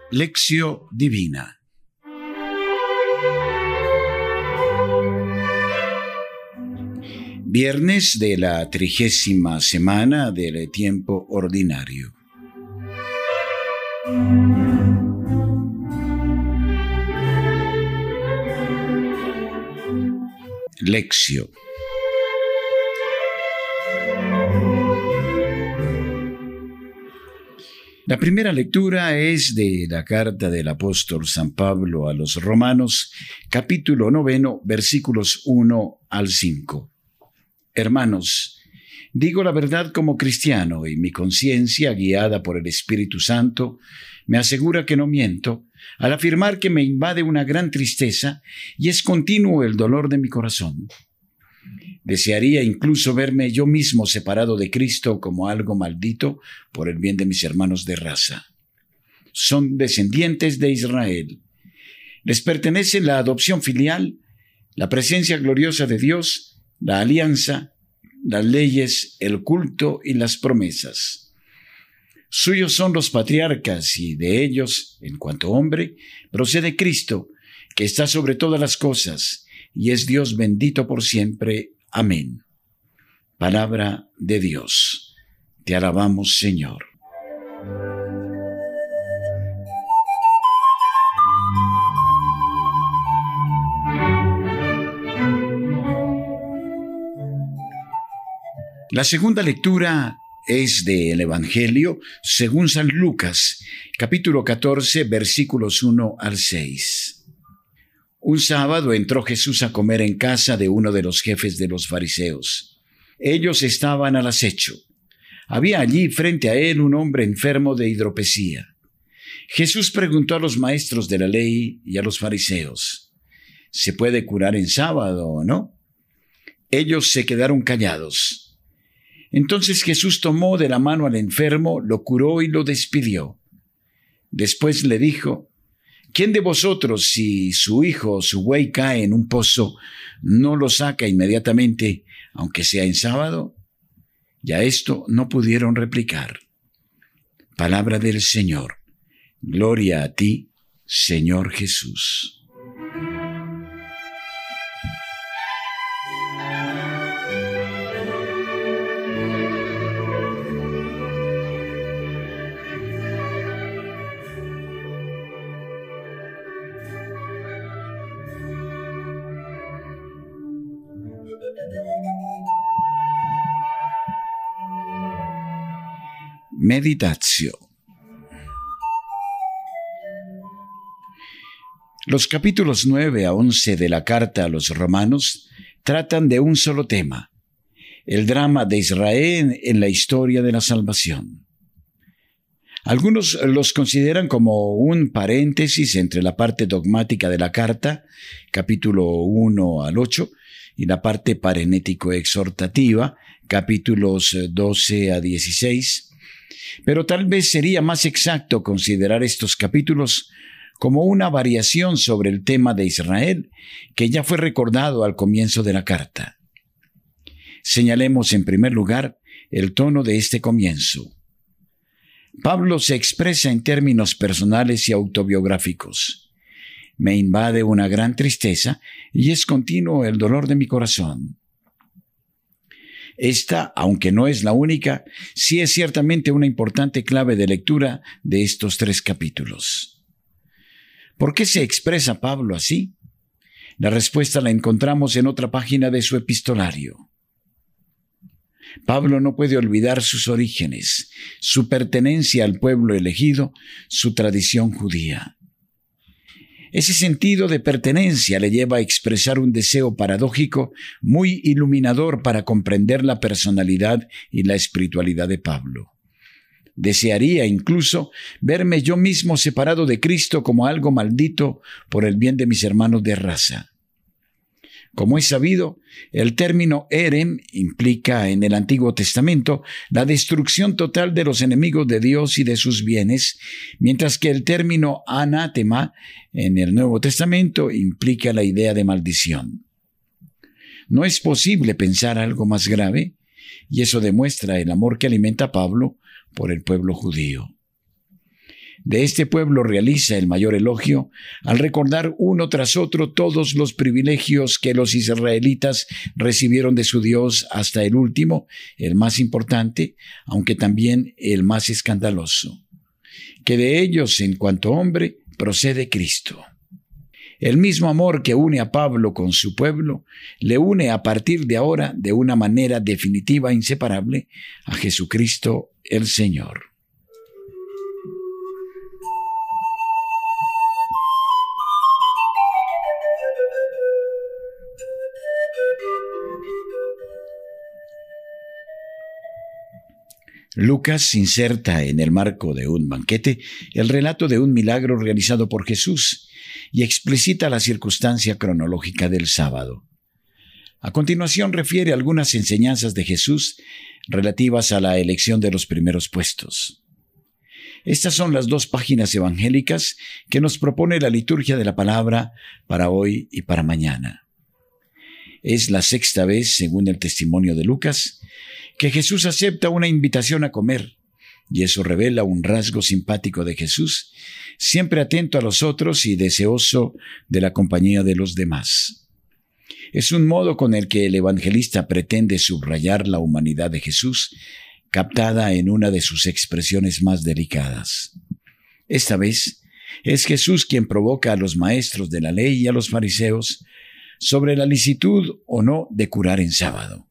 Lección Divina. Viernes de la 30ª semana del tiempo ordinario. Lección. La primera lectura es de la carta del apóstol San Pablo a los Romanos, capítulo 9, versículos 1 al 5. Hermanos, digo la verdad como cristiano, y mi conciencia, guiada por el Espíritu Santo, me asegura que no miento al afirmar que me invade una gran tristeza y es continuo el dolor de mi corazón. Desearía incluso verme yo mismo separado de Cristo como algo maldito por el bien de mis hermanos de raza. Son descendientes de Israel. Les pertenece la adopción filial, la presencia gloriosa de Dios, la alianza, las leyes, el culto y las promesas. Suyos son los patriarcas y de ellos, en cuanto hombre, procede Cristo, que está sobre todas las cosas y es Dios bendito por siempre. Amén. Palabra de Dios. Te alabamos, Señor. La segunda lectura es del Evangelio según San Lucas, capítulo 14, versículos 1 al 6. Un sábado entró Jesús a comer en casa de uno de los jefes de los fariseos. Ellos estaban al acecho. Había allí frente a él un hombre enfermo de hidropesía. Jesús preguntó a los maestros de la ley y a los fariseos: ¿se puede curar en sábado o no? Ellos se quedaron callados. Entonces Jesús tomó de la mano al enfermo, lo curó y lo despidió. Después le dijo: ¿quién de vosotros, si su hijo o su buey cae en un pozo, no lo saca inmediatamente, aunque sea en sábado? Y a esto no pudieron replicar. Palabra del Señor. Gloria a ti, Señor Jesús. Meditación. Los capítulos 9 a 11 de la carta a los Romanos tratan de un solo tema: el drama de Israel en la historia de la salvación. Algunos los consideran como un paréntesis entre la parte dogmática de la carta, capítulo 1 al 8, y la parte parenético-exhortativa, capítulos 12 a 16, pero tal vez sería más exacto considerar estos capítulos como una variación sobre el tema de Israel, que ya fue recordado al comienzo de la carta. Señalemos en primer lugar el tono de este comienzo. Pablo se expresa en términos personales y autobiográficos. Me invade una gran tristeza y es continuo el dolor de mi corazón. Esta, aunque no es la única, sí es ciertamente una importante clave de lectura de estos 3 capítulos. ¿Por qué se expresa Pablo así? La respuesta la encontramos en otra página de su epistolario. Pablo no puede olvidar sus orígenes, su pertenencia al pueblo elegido, su tradición judía. Ese sentido de pertenencia le lleva a expresar un deseo paradójico muy iluminador para comprender la personalidad y la espiritualidad de Pablo. Desearía incluso verme yo mismo separado de Cristo como algo maldito por el bien de mis hermanos de raza. Como es sabido, el término erem implica en el Antiguo Testamento la destrucción total de los enemigos de Dios y de sus bienes, mientras que el término anátema en el Nuevo Testamento implica la idea de maldición. No es posible pensar algo más grave, y eso demuestra el amor que alimenta Pablo por el pueblo judío. De este pueblo realiza el mayor elogio al recordar uno tras otro todos los privilegios que los israelitas recibieron de su Dios hasta el último, el más importante, aunque también el más escandaloso, que de ellos, en cuanto hombre, procede Cristo. El mismo amor que une a Pablo con su pueblo, le une a partir de ahora, de una manera definitiva e inseparable, a Jesucristo el Señor. Lucas inserta en el marco de un banquete el relato de un milagro realizado por Jesús y explicita la circunstancia cronológica del sábado. A continuación refiere algunas enseñanzas de Jesús relativas a la elección de los primeros puestos. Estas son las 2 páginas evangélicas que nos propone la liturgia de la palabra para hoy y para mañana. Es la 6ª vez, según el testimonio de Lucas, que Jesús acepta una invitación a comer, y eso revela un rasgo simpático de Jesús, siempre atento a los otros y deseoso de la compañía de los demás. Es un modo con el que el evangelista pretende subrayar la humanidad de Jesús, captada en una de sus expresiones más delicadas. Esta vez es Jesús quien provoca a los maestros de la ley y a los fariseos sobre la licitud o no de curar en sábado.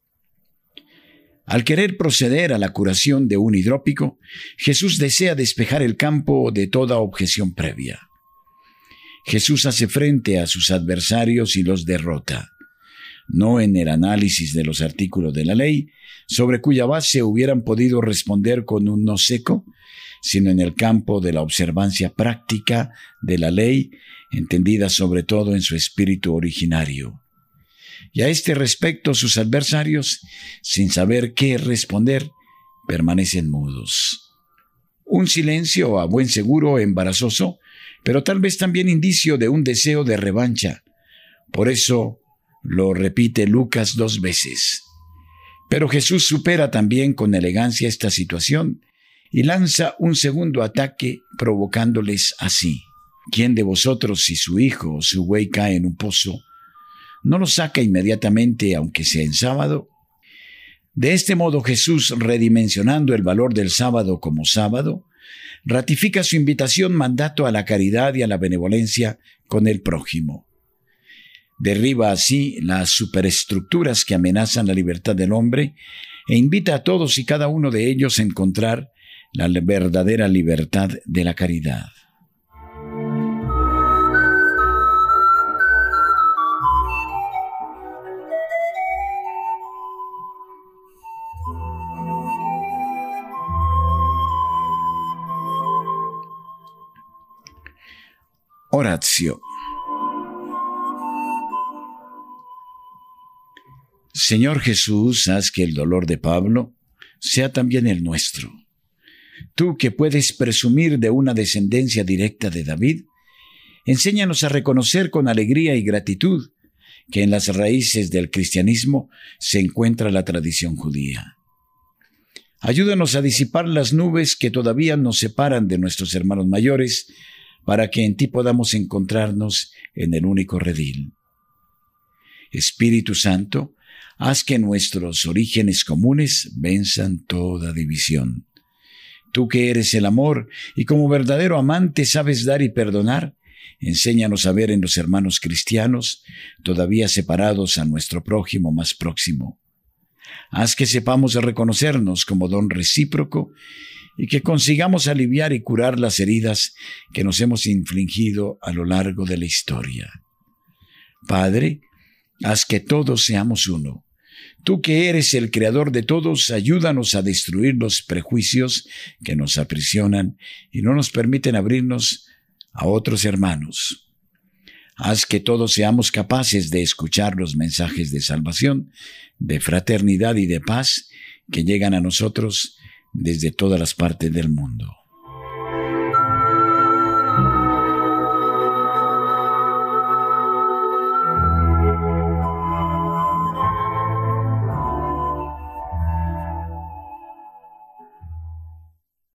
Al querer proceder a la curación de un hidrópico, Jesús desea despejar el campo de toda objeción previa. Jesús hace frente a sus adversarios y los derrota, no en el análisis de los artículos de la ley, sobre cuya base hubieran podido responder con un no seco, sino en el campo de la observancia práctica de la ley, entendida sobre todo en su espíritu originario. Y a este respecto sus adversarios, sin saber qué responder, permanecen mudos. Un silencio a buen seguro embarazoso, pero tal vez también indicio de un deseo de revancha. Por eso lo repite Lucas 2 veces. Pero Jesús supera también con elegancia esta situación y lanza un segundo ataque provocándoles así. ¿Quién de vosotros, si su hijo o su buey cae en un pozo, no lo saca inmediatamente aunque sea en sábado? De este modo Jesús, redimensionando el valor del sábado como sábado, ratifica su invitación mandato a la caridad y a la benevolencia con el prójimo. Derriba así las superestructuras que amenazan la libertad del hombre e invita a todos y cada uno de ellos a encontrar la verdadera libertad de la caridad. Oratio. Señor Jesús, haz que el dolor de Pablo sea también el nuestro. Tú que puedes presumir de una descendencia directa de David, enséñanos a reconocer con alegría y gratitud que en las raíces del cristianismo se encuentra la tradición judía. Ayúdanos a disipar las nubes que todavía nos separan de nuestros hermanos mayores, para que en ti podamos encontrarnos en el único redil. Espíritu Santo, haz que nuestros orígenes comunes venzan toda división. Tú que eres el amor y como verdadero amante sabes dar y perdonar, enséñanos a ver en los hermanos cristianos, todavía separados, a nuestro prójimo más próximo. Haz que sepamos reconocernos como don recíproco y que consigamos aliviar y curar las heridas que nos hemos infligido a lo largo de la historia. Padre, haz que todos seamos uno. Tú que eres el creador de todos, ayúdanos a destruir los prejuicios que nos aprisionan y no nos permiten abrirnos a otros hermanos. Haz que todos seamos capaces de escuchar los mensajes de salvación, de fraternidad y de paz que llegan a nosotros desde todas las partes del mundo.